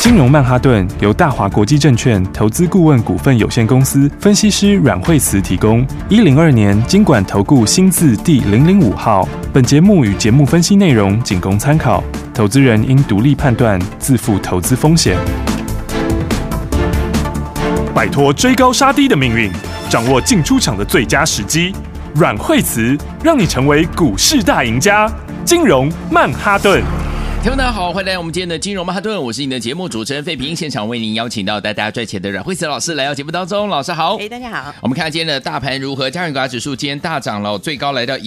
金融曼哈顿由大华国际证券投资顾问股份有限公司分析师阮惠慈提供。102年金管投顾新字第005号。本节目与节目分析内容仅供参考，投资人应独立判断，自负投资风险。摆脱追高杀低的命运，掌握进出场的最佳时机。阮惠慈让你成为股市大赢家。金融曼哈顿。 听众大家好，欢迎来到我们今天的金融曼哈顿，我是你的节目主持人费平，现场为您邀请到带大家赚钱的阮惠慈老师来到节目当中。老师好。 大家好。 我们看看今天的大盘如何，加权指数今天大涨了，最高来到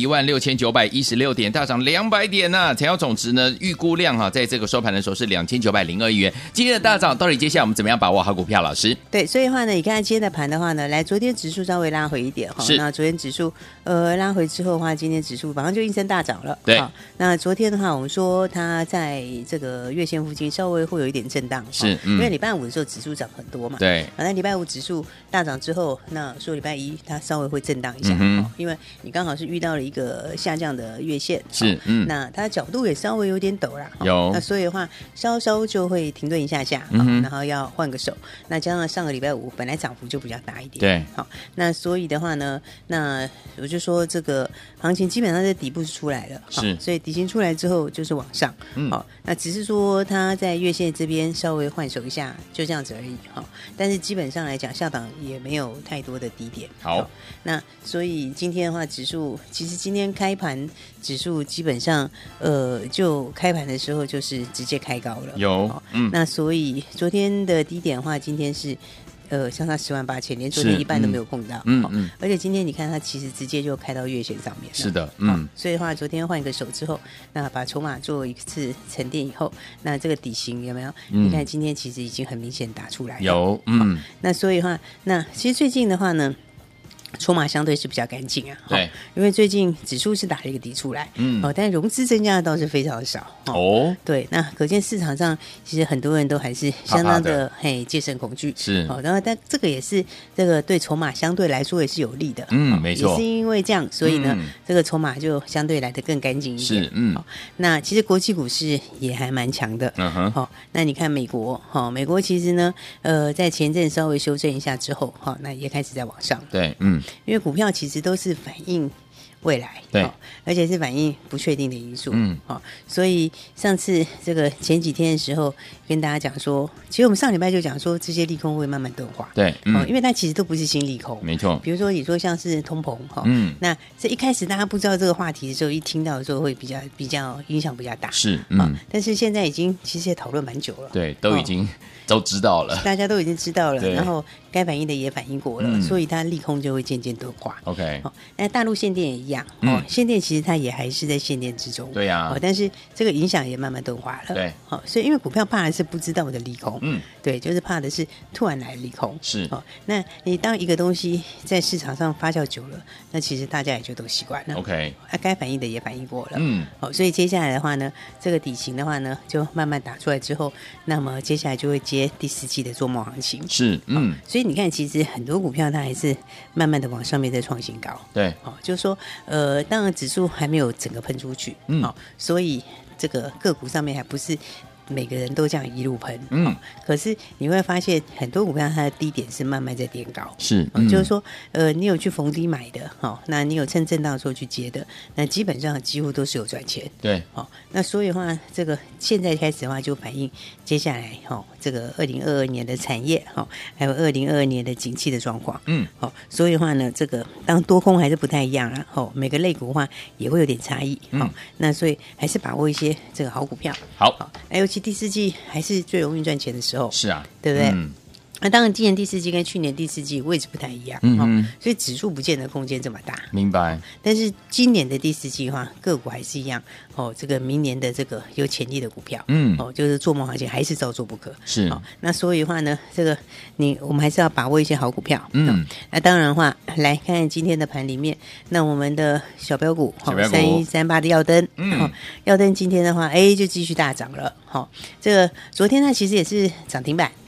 16916点，大涨200点呢。成交总值呢，预估量在这个收盘的时候是2902亿元。今天的大涨，到底接下来我们怎么样把握好股票？老师。 对，所以的话呢，你看今天的盘的话呢，来昨天指数稍微拉回一点哈，那昨天指数拉回之后的话，今天指数马上就应声大涨了。 对。 那昨天的话，我们说它在这个月线附近稍微会有一点震荡， 是， 因为礼拜五的时候指数涨很多嘛， 对， 那礼拜五指数大涨之后，那说礼拜一它稍微会震荡一下，因为你刚好是遇到了一个下降的月线， 是， 那它的角度也稍微有点陡啦， 有， 那所以的话稍稍就会停顿一下下，然后要换个手，那加上上个礼拜五本来涨幅就比较大一点， 对， 好，那所以的话呢，那我就说这个行情基本上在底部是出来了， 是， 所以底型出来之后就是往上，好，那只是说它在月线这边稍微换手一下，就这样子而已哈。但是基本上来讲，下档也没有太多的低点。 好， 那所以今天的话，指数其实今天开盘指数基本上就开盘的时候就是直接开高了。 有， 那所以昨天的低点的话，今天是。相差108000，连昨天一半都没有碰到。而且今天你看它其实直接就开到月线上面了。 是的， 所以的话，昨天换一个手之后，那把筹码做一次沉淀以后，那这个底型有没有？你看今天其实已经很明显打出来了。 有， 那所以的话，那其实最近的话呢，筹码相对是比较干净啊， 对， 因为最近指数是打了一个底出来，但融资增加的倒是非常的少，对，那可见市场上其实很多人都还是相当的戒慎恐惧， 是， 然后但这个也是这个对筹码相对来说也是有利的， 没错， 也是因为这样，所以呢，这个筹码就相对来得更干净一点， 是， 那其实国际股市也还蛮强的，那你看美国，美国其实呢，在前阵稍微修正一下之后，那也开始在往上， 对， 因为股票其实都是反映未来， 对， 而且是反映不确定的因素，所以上次这个前几天的时候跟大家讲说，其实我们上礼拜就讲说这些利空会慢慢钝化， 对， 因为它其实都不是新利空， 没错， 比如说你说像是通膨，那这一开始大家不知道这个话题的时候，一听到的时候会比较影响比较大， 是， 但是现在已经其实也讨论蛮久了， 对，都已经都知道了， 大家都已经知道了，然后该反映的也反映过了，所以它利空就会渐渐钝化。 OK， 那大陆限电也一样，限电其实它也还是在限电之中， 对呀， 但是这个影响也慢慢钝化了， 对， 所以因为股票怕的是不知道的利空，对，就是怕的是突然来的利空， 是， 那你当一个东西在市场上发酵久了，那其实大家也就都习惯了 ，OK， 该反映的也反映过了，所以接下来的话呢，这个底型的话呢，就慢慢打出来之后，那么接下来就会接第四季的做梦行情， 是， 所以你看，其实很多股票它还是慢慢的往上面在创新高， 对， 就是说，当然指数还没有整个喷出去，所以这个个股上面还不是每个人都这样一路喷，可是你会发现很多股票它的低点是慢慢在垫高， 是， 就是说，你有去逢低买的，那你有趁震荡的时候去接的，那基本上几乎都是有赚钱， 对， 那所以的话，这个现在开始的话就反映接下来这个2022年的产业还有2022年的景气的状况，所以的话呢，这个当多空还是不太一样啦，每个类股的话也会有点差异，那所以还是把握一些这个好股票， 好， 尤其第四季还是最容易赚钱的时候， 是啊， 对不对？那当然，今年第四季跟去年第四季位置不太一样，所以指数不见得空间这么大。 明白。 但是今年的第四季的话，个股还是一样这个明年的这个有潜力的股票，就是做梦行情还是照做不可。 是， 那所以的话呢，这个我们还是要把握一些好股票。那当然的话，来看看今天的盘里面，那我们的小标股3138的耀登，耀登今天的话，就继续大涨了。这个昨天它其实也是涨停板。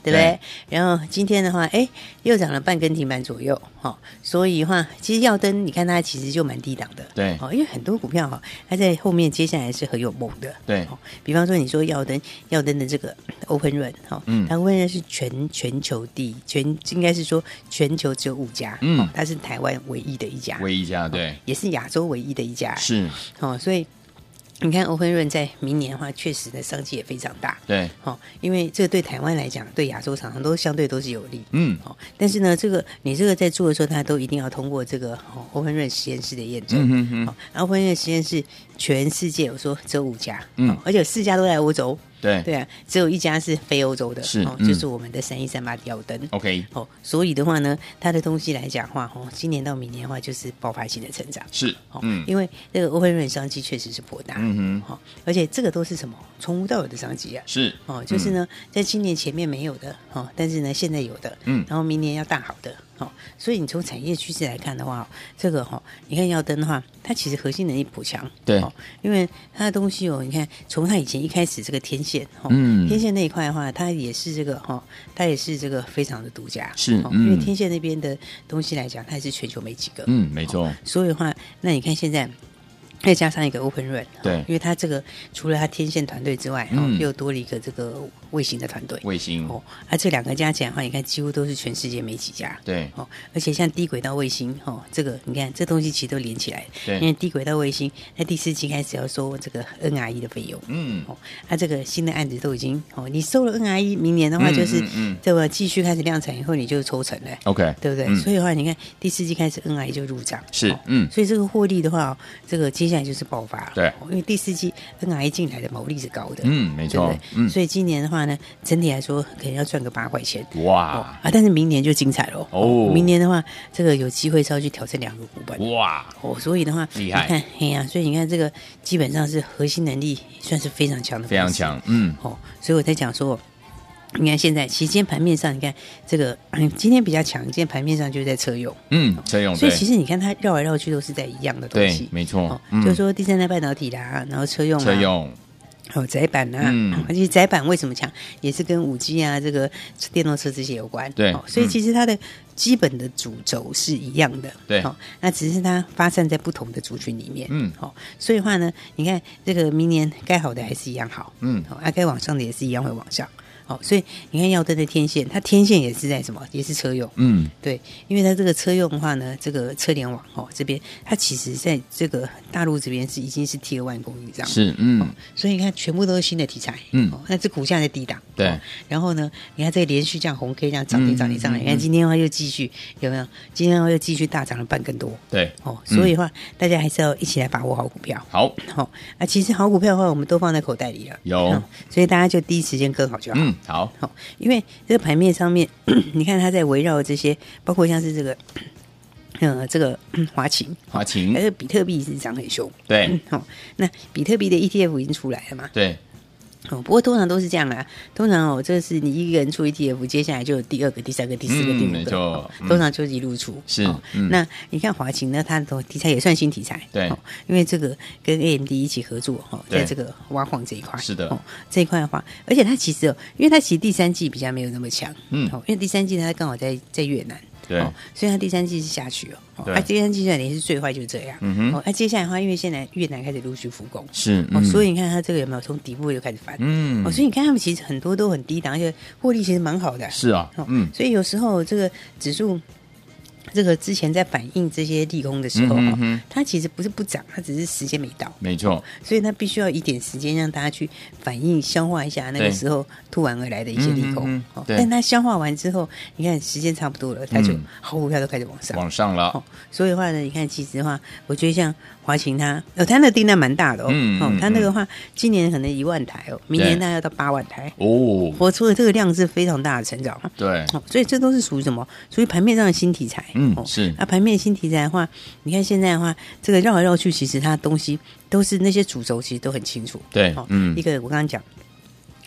对不对？然后今天的话，哎，又涨了半根停板左右，所以的话，其实耀登你看它其实就蛮低档的， 对， 因为很多股票它在后面接下来是很有梦的， 对， 比方说你说耀登的这个 Open Run 它 Open Run 是全球应该是说全球只有5家，它是台湾唯一的一家，对，也是亚洲唯一的一家， 是， 所以。你看 Open Run 在明年的话，确实的商机也非常大。 对， 因为这个对台湾来讲，对亚洲厂商都相对都是有利。但是呢，你这个在做的时候，它都一定要通过这个 Open Run 实验室的验证。Open Run 实验室全世界有说只有5家，而且4家都在欧洲。对啊，只有1家是非欧洲的，就是我们的3138耀登。 OK， 所以的话呢，它的东西来讲的话，今年到明年的话就是爆发性的成长。 是， 因为这个 Open Run 商机确实是颇大，而且这个都是什么从无到有的商机啊？是，就是呢，在今年前面没有的，但是呢现在有的，然后明年要大好的。所以你从产业趋势来看的话，这个你看耀登的话，它其实核心能力颇强， 对， 因为它的东西你看从它以前一开始这个天线，天线那一块的话，它也是这个非常的独家， 是， 因为天线那边的东西来讲，它也是全球没几个， 没错， 所以的话，那你看现在。再加上一个 Open Run， 对， 因为它这个除了它天线团队之外，又多了一个这个卫星的团队， 卫星这2个加起来的话，你看几乎都是全世界没几家， 对， 而且像低轨道卫星，这个你看这东西其实都连起来， 对， 因为低轨道卫星在第4季开始要收这个 NRE 的费用，这个新的案子都已经你收了 NRE， 明年的话就是这个继续开始量产以后，你就抽成了 ，OK， 对不对？所以的话，你看第4季开始 NRE 就入账， 是， 所以这个获利的话，这个接下来就是爆发， 对， 因为第4季 NRE 进来的毛利是高的， 没错， 所以今年的话呢，整体来说可能要赚个8块钱， 哇， 但是明年就精彩了明年的话，这个有机会是要去挑战2个股本， 哇， 所以的话， 厉害， 你看，所以你看这个基本上是核心能力算是非常强的， 非常强， 所以我在讲说。你看现在，其实今天盘面上，你看这个今天比较强，今天盘面上就是在车用， 车用， 所以其实你看它绕来绕去都是在一样的东西， 对，没错， 就是说第三代半导体啦，然后车用，载板啊，而且载板为什么强，也是跟5G 啊这个电动车这些有关， 对， 所以其实它的基本的主轴是一样的， 对， 那只是它发散在不同的族群里面，所以的话呢，你看这个明年该好的还是一样好，该往上的也是一样会往上。所以你看耀登的天线，它天线也是在什么？也是车用。对，因为它这个车用的话呢，这个车联网这边，它其实在这个大陆这边是已经是Tier 1供应商。 是， 所以你看全部都是新的题材。那这股价在低档。 对。 然后呢，你看这个连续这样红 K 这样涨停上来，你看今天的话又继续有没有？今天的话又继续大涨了半更多。 对。 所以的话，大家还是要一起来把握好股票。 好。 其实好股票的话，我们都放在口袋里了。 有。 所以大家就第一时间跟好就好。 好， 因为这个盘面上面，你看它在围绕这些，包括像是这个，这个华勤，还有比特币是涨很凶， 对， 那比特币的 ETF 已经出来了嘛， 对。 不过通常都是这样啦。通常这是你一个人出 ETF， 接下来就有第2个、第3个、第4个、第5个，通常就是一路出。 是， 那你看华勤呢，它的题材也算新题材， 对， 因为这个跟 AMD 一起合作在这个挖矿这一块， 是的， 这一块的话，而且它其实因为它其实第3季比较没有那么强，因为第3季它刚好在越南。 对， 所以它第3季是下去第3季现在连是最坏就是这样。接下来的话，因为现在越南开始陆续复工， 是， 所以你看它这个有没有从底部就开始翻？所以你看他们其实很多都很低档，而且获利其实蛮好的。 是啊， 所以有时候这个指数。这个之前在反映这些利空的时候，它其实不是不涨，它只是时间没到， 没错， 所以它必须要一点时间让大家去反应、消化一下那个时候突然而来的一些利空。但它消化完之后，你看时间差不多了，它就好股票都开始往上了。 所以的话呢，你看其实的话，我觉得像华勤它的订单蛮大的它那个话今年可能1万台明年大概要到8万台我说的这个量是非常大的成长。 对， 所以这都是属于什么？属于盘面上的新题材。 是。 盘面新题材的话，你看现在的话，这个绕来绕去，其实它的东西都是那些主轴，其实都很清楚。 对， 一个我刚刚讲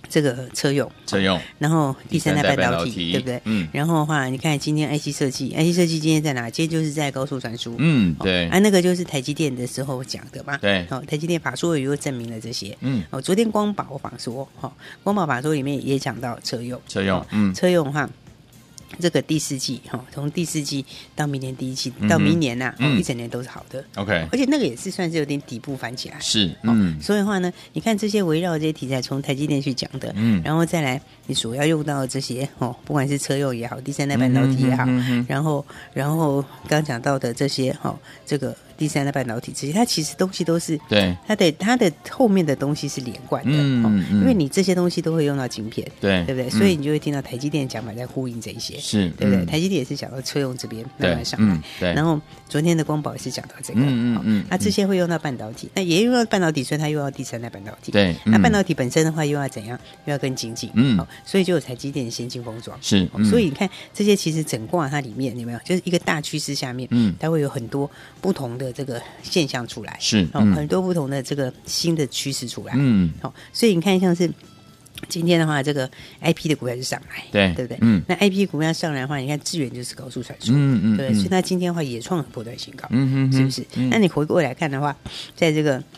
这个车用，然后第三代半导体，对不对？然后的话，你看今天 IC 设计今天在哪？今天就是在高速传输， 对， 那个就是台积电的时候讲的嘛， 对， 台积电法说又证明了这些，昨天光宝法说，光宝法说里面也讲到车用，车用的话。这个第四季从第四季到明年第一季到明年一整年都是好的 ，OK， 而且那个也是算是有点底部翻起来， 是， 所以的话呢，你看这些围绕这些题材，从台积电去讲的，然后再来你所要用到的这些不管是车用也好，第三代半导体也好，然后刚讲到的这些这个。第三代半导体这些，它其实东西都是对它的后面的东西是连贯的，因为你这些东西都会用到晶片，对不对？所以你就会听到台积电讲法在呼应这一些， 是对不对？台积电也是讲到车用这边慢慢上来， 对。 然后昨天的光宝也是讲到这个，那这些会用到半导体，那也用到半导体，所以它又要第三代半导体， 对。 那半导体本身的话又要怎样？又要更精进，所以就有台积电先进封装， 是。 所以你看这些其实整挂它里面有没有？就是一个大趋势下面，它会有很多不同的这个现象出来， 是很多不同的这个新的趋势出来，所以你看像是今天的话，这个 IP 的股票就上来，对不对？那 IP 股票上来的话，你看智原就是高速传输，对，所以它今天的话也创了波段新高，是不是？那你回过来看的话，在这个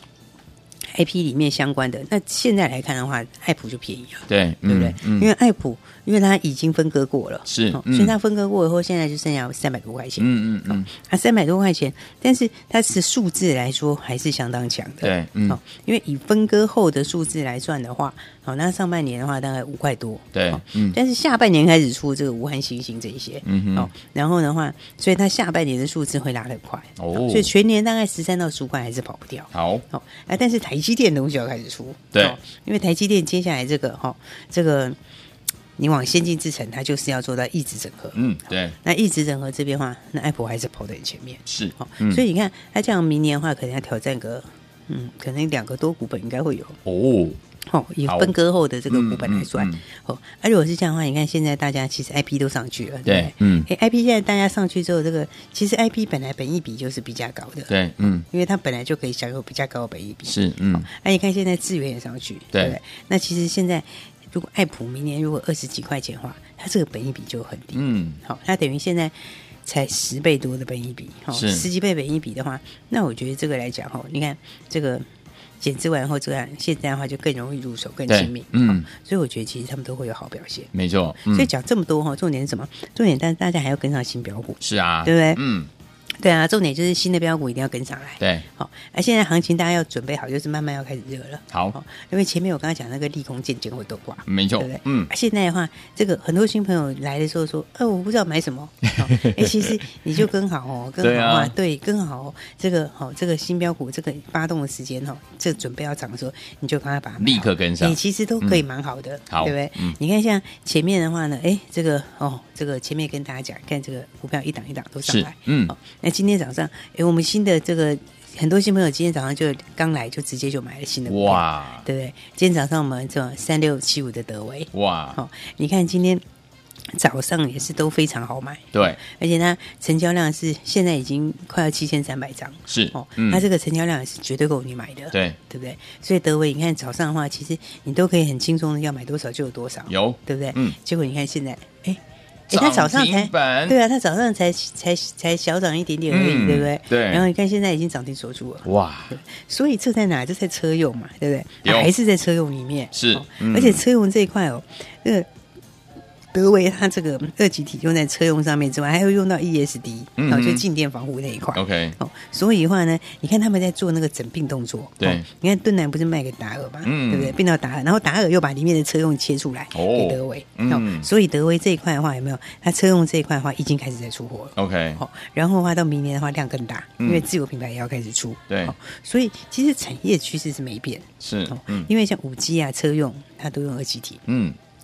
IP 里面相关的，那现在来看的话，爱普就便宜了，对不对？因为爱普，因为它已经分割过了， 是， 所以它分割过以后，现在就剩下300多块钱，300多块钱，但是它是数字来说还是相当强的， 对， 因为以分割后的数字来算的话，那上半年的话大概5块多， 对， 但是下半年开始出这个武汉新兴这一些，然后的话，所以它下半年的数字会拉得很快，所以全年大概13到15块还是跑不掉， 好， 但是台积电的东西要开始出， 对， 因为台积电接下来这个你往先进制程，它就是要做到异质整合， 对。 那异质整合这边的话，那 Apple 还是跑得很前面， 是， 所以你看，它这样明年的话，可能要挑战个，可能2个多股本应该会有以分割后的这个股本来算，而如果是这样的话，你看现在大家其实 IP 都上去了，对，IP 现在大家上去之后，这个其实 IP 本来本益比就是比较高的， 对， 因为它本来就可以享有比较高的本益比， 是， 你看现在智原也上去，对不对？那其实现在如果爱普明年如果20几块钱的话，它这个本益比就很低，它等于现在才10倍多的本益比，10几倍本益比的话，那我觉得这个来讲你看这个。减资完后，这样现在的话就更容易入手，更亲民。所以我觉得其实他们都会有好表现。 没错。 所以讲这么多重点是什么？重点，但是大家还要跟上新标股。 是啊， 对不对？对啊，重点就是新的标股一定要跟上来。 对， 现在行情大家要准备好，就是慢慢要开始热了。 好， 因为前面我刚才讲那个利空渐渐会都挂， 没错， 对不对？现在的话，这个很多新朋友来的时候说，我不知道买什么。其实你就跟好跟好啊，对，跟好这个新标股这个发动的时间这准备要涨的时候，你就赶快把它立刻跟上。 你其实都可以蛮好的，对不对？你看像前面的话呢，这个前面跟大家讲，看这个股票一档一档都上来，那今天早上，我们新的这个很多新朋友今天早上就刚来，就直接就买了新的股票，哇，对不对？今天早上我们这3675的德微，哇，你看今天早上也是都非常好买， 对， 而且它成交量是现在已经快要7300张， 是它这个成交量也是绝对够你买的， 对， 对不对？所以德微，你看早上的话，其实你都可以很轻松的要买多少就有多少， 有， 对不对？结果你看现在，他早上才对啊，他早上才小涨一点点而已，对不对？ 对。 然后你看现在已经涨停锁住了， 哇！ 所以这在哪？这在车用嘛，对不对？还是在车用里面是， 而且车用这一块那个德微它这个2极体用在车用上面之外，还会用到 ESD， 就静电防护那一块。 OK， 所以的话呢，你看他们在做那个整并动作， 对， 你看敦南不是卖给达尔嘛，对不对？并到达尔，然后达尔又把里面的车用切出来给德微，所以德微这一块的话有没有？它车用这一块的话已经开始在出货了。 OK， 然后的话到明年的话量更大，因为自有品牌也要开始出。 对， 所以其实产业趋势是没变， 是， 因为像5G啊车用它都用2极体，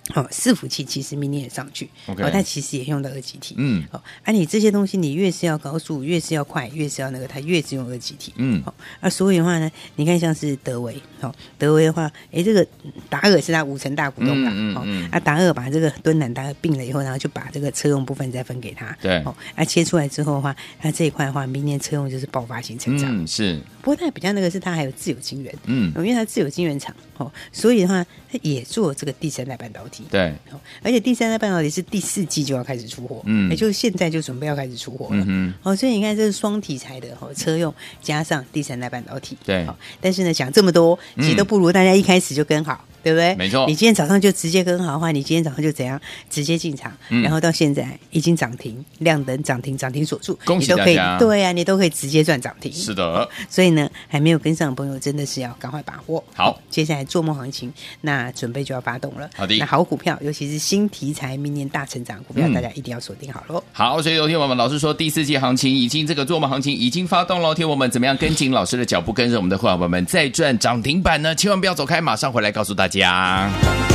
伺服器其实明年也上去， okay 它其实也用到二极体，你这些东西你越是要高速，越是要快，越是要那个，它越是用二极体，所以的话呢，你看像是德微，德微的话，这个达尔是它5成大股东嘛，达尔把这个敦南达尔并了以后，然后就把这个车用部分再分给他， 对， 切出来之后的话，它这一块的话，明年车用就是爆发性成长， 是。 不过它比较那个是它还有自有晶圆，因为它自有晶圆厂，所以的话，它也做这个第3代半导体， 对， 而且第3代半导体是第4季就要开始出货，也就是现在就准备要开始出货了，所以你看这是双题材的车用加上第3代半导体， 对， 但是呢讲这么多，其实都不如大家一开始就跟好。对不对？ 没错， 你今天早上就直接跟好的话，你今天早上就怎样直接进场，然后到现在已经涨停、亮灯、涨停锁住， 恭喜大家！ 对啊，你都可以直接赚涨停。 是的， 所以呢，还没有跟上的朋友真的是要赶快把握。 好， 接下来做梦行情，那准备就要发动了。 好的， 那好股票，尤其是新题材、明年大成长的股票，大家一定要锁定好喽。 好，所以昨天我们老师说第4季行情已经这个做梦行情已经发动了，听我们怎么样跟紧老师的脚步，跟着我们的会员朋友们再赚涨停板呢？千万不要走开，马上回来告诉大家。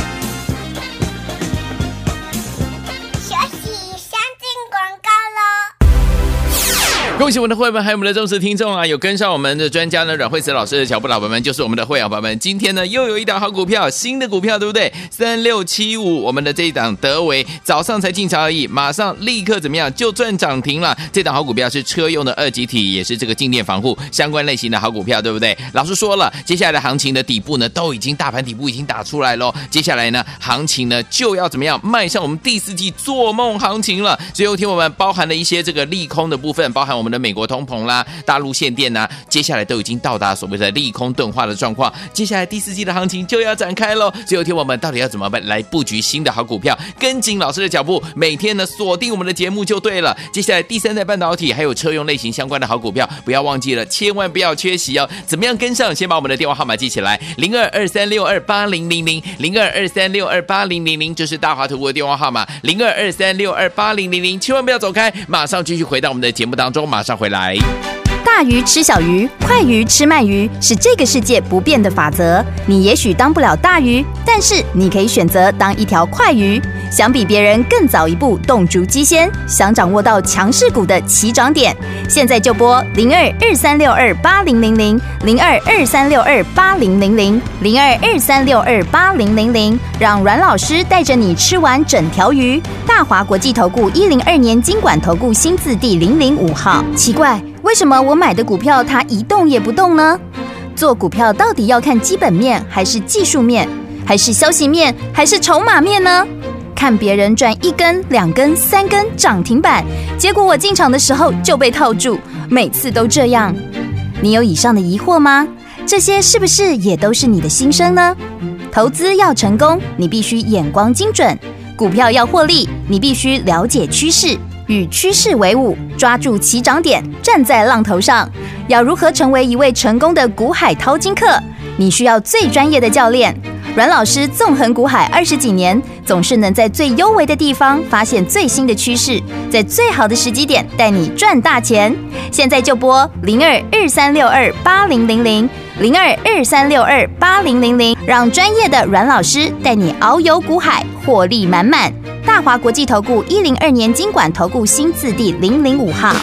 恭喜我们的会员还有我们的忠实听众啊！有跟上我们的专家呢阮慧慈老师的脚步，老板们就是我们的会员宝宝们。今天呢又有一档好股票，新的股票对不对？3675，我们的这一档德微早上才进场而已，马上立刻怎么样就赚涨停了。这档好股票是车用的二极体，也是这个静电防护相关类型的好股票，对不对？老师说了，接下来的行情的底部呢都已经大盘底部已经打出来了，接下来呢行情呢就要怎么样迈向我们第4季做梦行情了。最后听我们包含了一些这个利空的部分，包含我们的美国通膨啦、大陆限电啦，接下来都已经到达所谓的利空钝化的状况，接下来第4季的行情就要展开咯。最后听我们到底要怎么来布局新的好股票，跟紧老师的脚步，每天呢锁定我们的节目就对了。接下来第3代半导体还有车用类型相关的好股票，不要忘记了，千万不要缺席哦。怎么样跟上？先把我们的电话号码记起来，0223628000 0223628000，这是大华投顾的电话号码，0223628000，千万不要走开，马上继续回到我们的节目当中，马上回来。 大鱼吃小鱼，快鱼吃慢鱼，是这个世界不变的法则。你也许当不了大鱼，但是你可以选择当一条快鱼。想比别人更早一步动足机先，想掌握到强势股的起涨点，现在就拨0223628000 0223628000 0223628000，让阮老师带着你吃完整条鱼。大华国际投顾102年金管投顾新字第005号。奇怪，为什么我买的股票它一动也不动呢？做股票到底要看基本面，还是技术面，还是消息面，还是筹码面呢？看别人赚1根、2根、3根涨停板，结果我进场的时候就被套住，每次都这样。你有以上的疑惑吗？这些是不是也都是你的心声呢？投资要成功，你必须眼光精准；股票要获利，你必须了解趋势，与趋势为伍，抓住起涨点，站在浪头上。要如何成为一位成功的股海淘金客？你需要最专业的教练。阮老师纵横股海20几年，总是能在最优微的地方发现最新的趋势，在最好的时机点带你赚大钱。现在就拨0223628000 0223628000，让专业的阮老师带你遨游股海，获利满滿。大华国际投顾102年金管投顾新字第005号。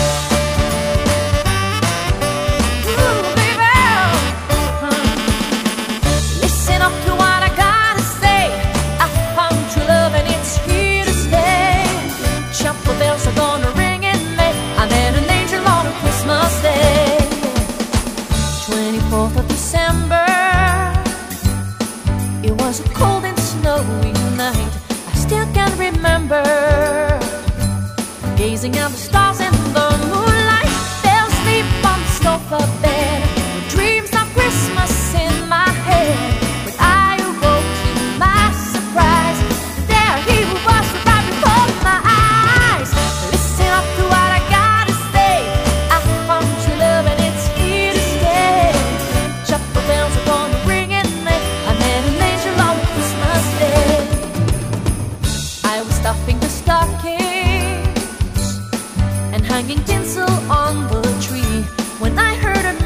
Gazing at the stars and the moonlight, fell asleep on the sofa bed, with dreams of Christmas in my head. When I awoke to my surprise, there he was right before my eyes. Listen up to what I gotta say, I found true love and it's here to stay. Chapel bells are gonna ring and I met an angel on Christmas Day. I was stuffing the stocking, hanging tinsel on the tree, when I heard a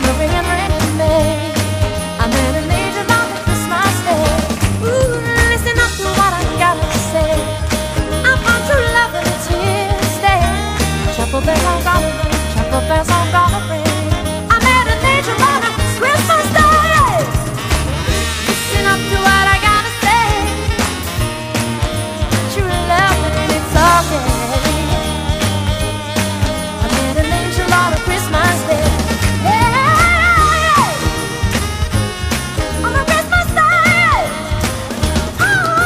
gonna rain, rain for me. I met an angel on a Christmas day. Ooh, listen up to what I gotta say. I found true love and it's here to stay. Chapel bells are gonna ring, chapel bells are gonna ring. I met an angel on a Christmas day. Listen up to what I gotta say. True love and it's okay. I met an angel on a Christmas day. On a Christmas day. Oh,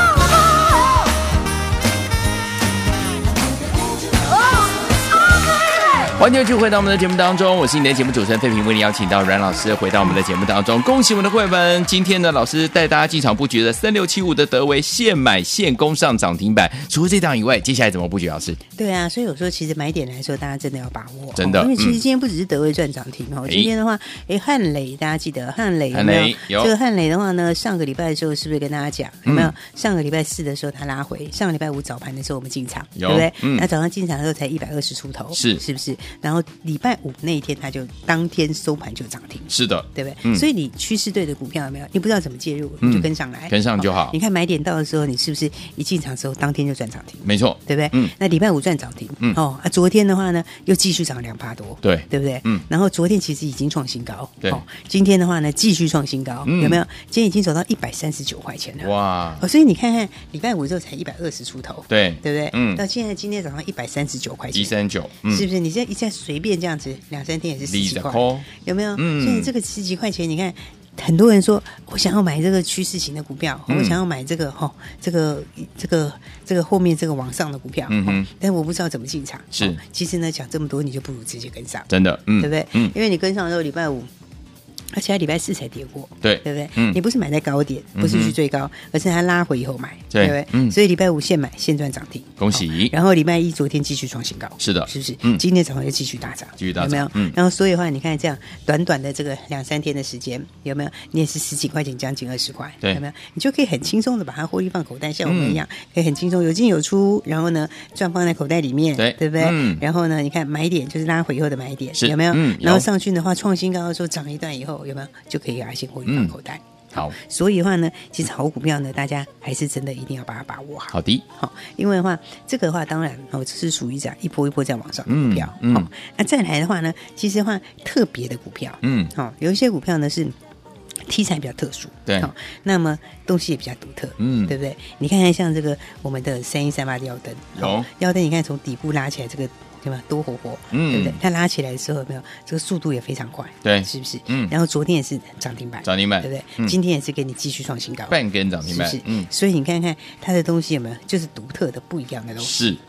baby. 欢迎继续回到我们的节目当中，我是你的节目主持人费平，为你邀请到阮老师回到我们的节目当中。恭喜我们的会员们，今天呢，老师带大家进场布局的3675的德微现买现攻上涨停板。除了这档以外，接下来怎么布局？老师？ 对啊，所以我说其实买点来说，大家真的要把握， 真的因为其实今天不只是德微赚涨停哦，今天的话，汉磊大家记得汉磊有没有？ 有这个汉磊的话呢，上个礼拜的时候是不是跟大家讲有没有？上个礼拜4的时候它拉回，上个礼拜5早盘的时候我们进场，对不对？那早上进场的时候才120出头，是不是？然后礼拜5那一天它就当天收盘就涨停， 是的， 对不对？所以你趋势对的股票有没有？你不知道怎么介入，你就跟上来， 跟上就好。 你看买点到的时候，你是不是一进场的时候当天就赚涨停？ 没错， 对不对？那礼拜5赚涨停，昨天的话呢又继续涨2%多， 对不对？然后昨天其实已经创新高， 对， 今天的话呢继续创新高，有没有？今天已经走到139块钱了， 哇！ 所以你看看礼拜5之后才120出头， 对不对？到现在今天早上139块钱 ，139， 是不是？你现在一下随便这样子2-3天也是10几块，有没有？所以这个10几块钱，你看。很多人说，我想要买这个趋势型的股票，我想要买这个这个后面这个往上的股票，但我不知道怎么进场。 是， 其实呢，讲这么多，你就不如直接跟上， 真的， 对不对？因为你跟上之后，礼拜5。而且礼拜4才跌过， 对不对？你不是买在高点，不是去追高，而是它拉回以后买， 对不对？所以礼拜5现买现赚涨停， 恭喜。 然后礼拜1昨天继续创新高， 是的， 是不是？今天早上又继续大涨，有没有？然后所以的话，你看这样短短的这个2-3天的时间，有没有？你也是10几块钱，将近20块，有没有？你就可以很轻松的把它获利放口袋，像我们一样，可以很轻松有进有出，然后呢赚放在口袋里面，对不对？然后呢，你看买点就是拉回以后的买点，有没有？然后上去的话，创新高的时候涨一段以后，有没有？就可以把它先获利放口袋。 好， 所以的话呢，其实好股票呢，大家还是真的一定要把它把握好。 好的， 好，因为的话，这个的话，当然这是属于这样一波一波在往上的股票。那再来的话呢，其实的话，特别的股票，有一些股票呢是题材比较特殊， 对， 那么东西也比较独特，对不对？你看看像这个我们的3138的耀灯，耀灯，你看从底部拉起来这个。对吧？多活泼，对不对？它拉起来的时候，有没有这个速度也非常快， 对， 是不是？然后昨天也是涨停板， 对不对？今天也是给你继续创新高， 半根涨停板， 是不是？所以你看看它的东西有没有，就是独特的、不一样的东西。 是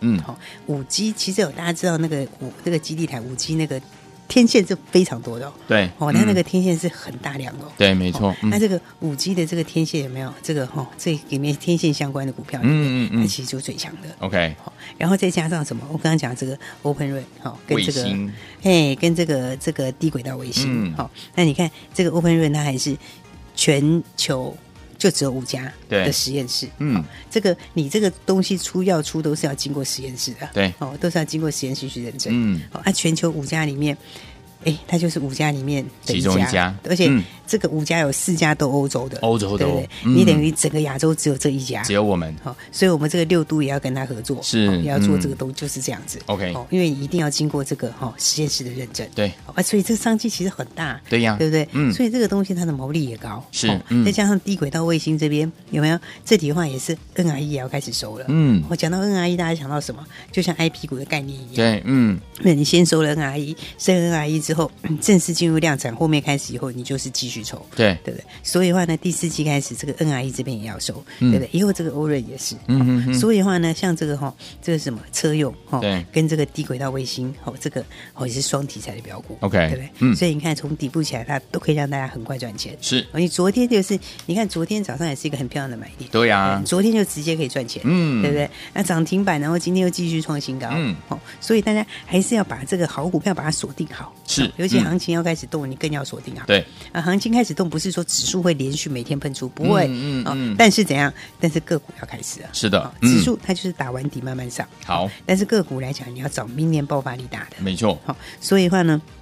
，5G 其实有大家知道那个这个基地台5G那个。天线是非常多的， 对， 它那个天线是很大量的， 对，没错。 那这个5G 的这个天线有没有这个这里面天线相关的股票里面，它其实就最强的。 OK， 然后再加上什么？我刚刚讲这个 Open Rain 跟这个跟这个低轨道卫星，那你看这个 Open Rain 它还是全球。就只有5家的实验室，这个你这个东西出都是要经过实验室的， 对， 都是要经过实验室去认证，全球5家里面。它就是5家里面的其中一家， 而且这个5家有4家都欧洲的， 对不对？ 你等于整个亚洲只有这一家， 只有我们， 所以我们这个6都也要跟他合作， 是也要做这个就是这样子 ，OK， 因为一定要经过这个实验室的认证， 对， 所以这个商机其实很大， 对呀， 对不对？所以这个东西它的毛利也高， 是， 再加上低轨道卫星这边有没有？这里的话也是 NRE 也要开始收了，我讲到 NRE， 大家想到什么？就像 IP 股的概念一样， 对， 那你先收了 NRE， 收 NRE 之后，正式进入量产，后面开始以后，你就是继续抽， 对不对？所以的话呢，第4季开始，这个 NRE 这边也要收，对不对？以后这个欧润也是，所以的话呢，像这个这个什么车用对， 跟这个低轨道卫星这个也是双题材的标股 ，OK， 对不对？所以你看从底部起来，它都可以让大家很快赚钱。 是， 你昨天就是你看昨天早上也是一个很漂亮的买点， 对呀， 昨天就直接可以赚钱，对不对？那涨停板，然后今天又继续创新高，所以大家还是要把这个好股票把它锁定好， 是， 尤其行情要开始动，你更要锁定好。 对， 行情开始动不是说指数会连续每天喷出，不会，但是怎样？但是个股要开始了。 是的， 指数它就是打完底慢慢上。 好， 但是个股来讲，你要找明年爆发力大的。 没错。 好，所以的话呢。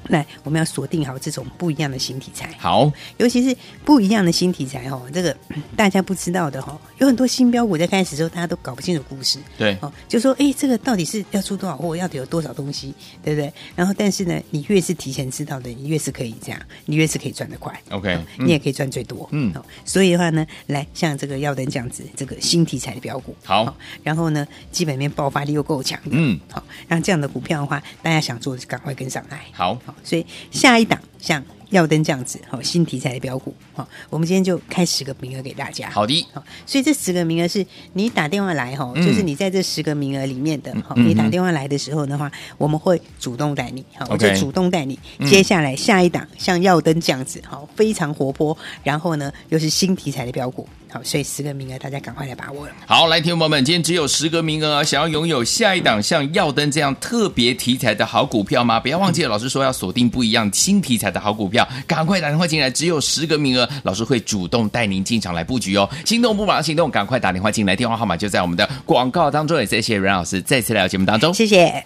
来，我们要锁定好这种不一样的新题材。 好， 尤其是不一样的新题材哦，这个大家不知道的哦，有很多新标股在开始的时候，大家都搞不清楚故事。 对， 哦，就说这个到底是要出多少货，要有多少东西，对不对？然后，但是呢，你越是提前知道的，你越是可以这样，你越是可以赚得快。 OK， 你也可以赚最多。所以的话呢，来像这个耀登这样子，这个新题材的标股， 好， 然后呢，基本面爆发力又够强的，好，让这样的股票的话，大家想做的就赶快跟上来。 好， 所以下一档像耀登这样子，新题材的标股，我们今天就开10个名额给大家。 好的， 所以这10个名额是你打电话来，就是你在这10个名额里面的，你打电话来的时候的话，我们会主动带你，我就主动带你。接下来下一档像耀登这样子，非常活泼，然后呢又是新题材的标股。好，所以10个名额，大家赶快来把握了。 好，来，听众朋友们，今天只有10个名额，想要拥有下一档像耀登这样特别题材的好股票吗？不要忘记了，老师说要锁定不一样新题材的好股票，赶快打电话进来，只有10个名额，老师会主动带您进场来布局哦。心动不马上行动，赶快打电话进来，电话号码就在我们的广告当中。也谢谢阮老师再次来到节目当中， 谢谢。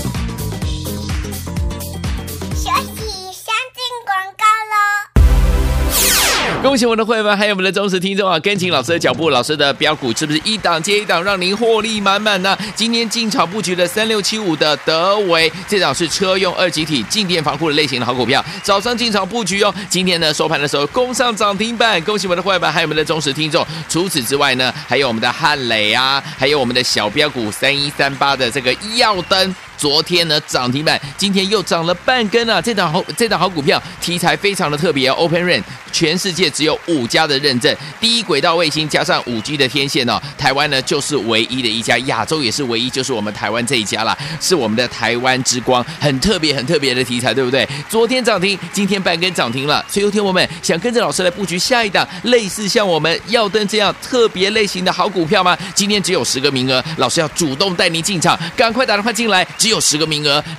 恭喜我们的会员还有我们的忠实听众啊！跟紧老师的脚步，老师的标股是不是一档接一档，让您获利满满呢？今天进场布局的3675的德微，这档是车用二级体静电防护的类型的好股票，早上进场布局哦。今天呢收盘的时候攻上涨停板，恭喜我们的会员还有我们的忠实听众。除此之外呢，还有我们的汉磊啊，还有我们的小标股3138的这个耀登。昨天呢涨停板，今天又涨了半根啊！这档好股票题材非常的特别哦 ，Open RAN 全世界只有5家的认证，第一轨道卫星加上5G 的天线哦，台湾呢就是唯一的一家，亚洲也是唯一，就是我们台湾这一家啦，是我们的台湾之光，很特别的题材，对不对？昨天涨停，今天半根涨停了，所以有天我们想跟着老师来布局下一档类似像我们耀登这样特别类型的好股票吗？今天只有10个名额，老师要主动带您进场，赶快打电话进来。只有10个名额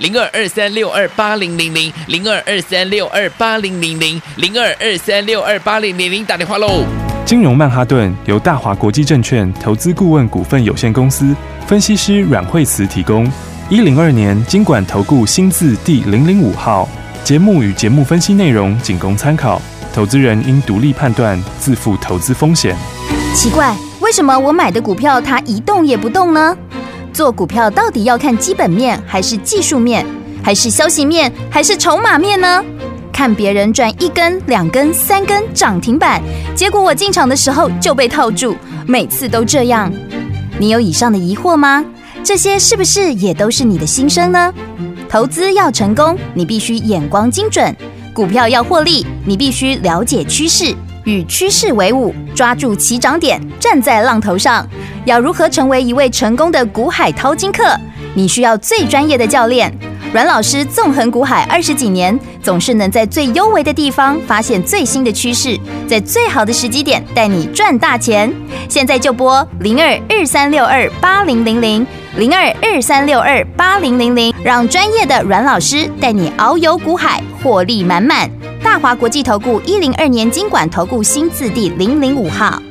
，0223628000，0223628000，0223628000，打电话喽！ 金融曼哈顿由大华国际证券投资顾问股份有限公司分析师阮惠慈提供。102年金管投顾新字第005号。节目与节目分析内容仅供参考，投资人应独立判断，自负投资风险。 奇怪，为什么我买的股票它一动也不动呢？做股票到底要看基本面，还是技术面，还是消息面，还是筹码面呢？看别人赚1根、2根、3根涨停板，结果我进场的时候就被套住，每次都这样。你有以上的疑惑吗？这些是不是也都是你的心声呢？投资要成功，你必须眼光精准；股票要获利，你必须了解趋势，与趋势为伍，抓住起涨点，站在浪头上。要如何成为一位成功的股海淘金客？你需要最专业的教练。阮老师纵横股海20几年，总是能在最优微的地方发现最新的趋势，在最好的时机点带你赚大钱。现在就拨0223628000，0223628000，让专业的阮老师带你遨游股海，获利满满。大华国际投顾102年金管投顾新字第005号。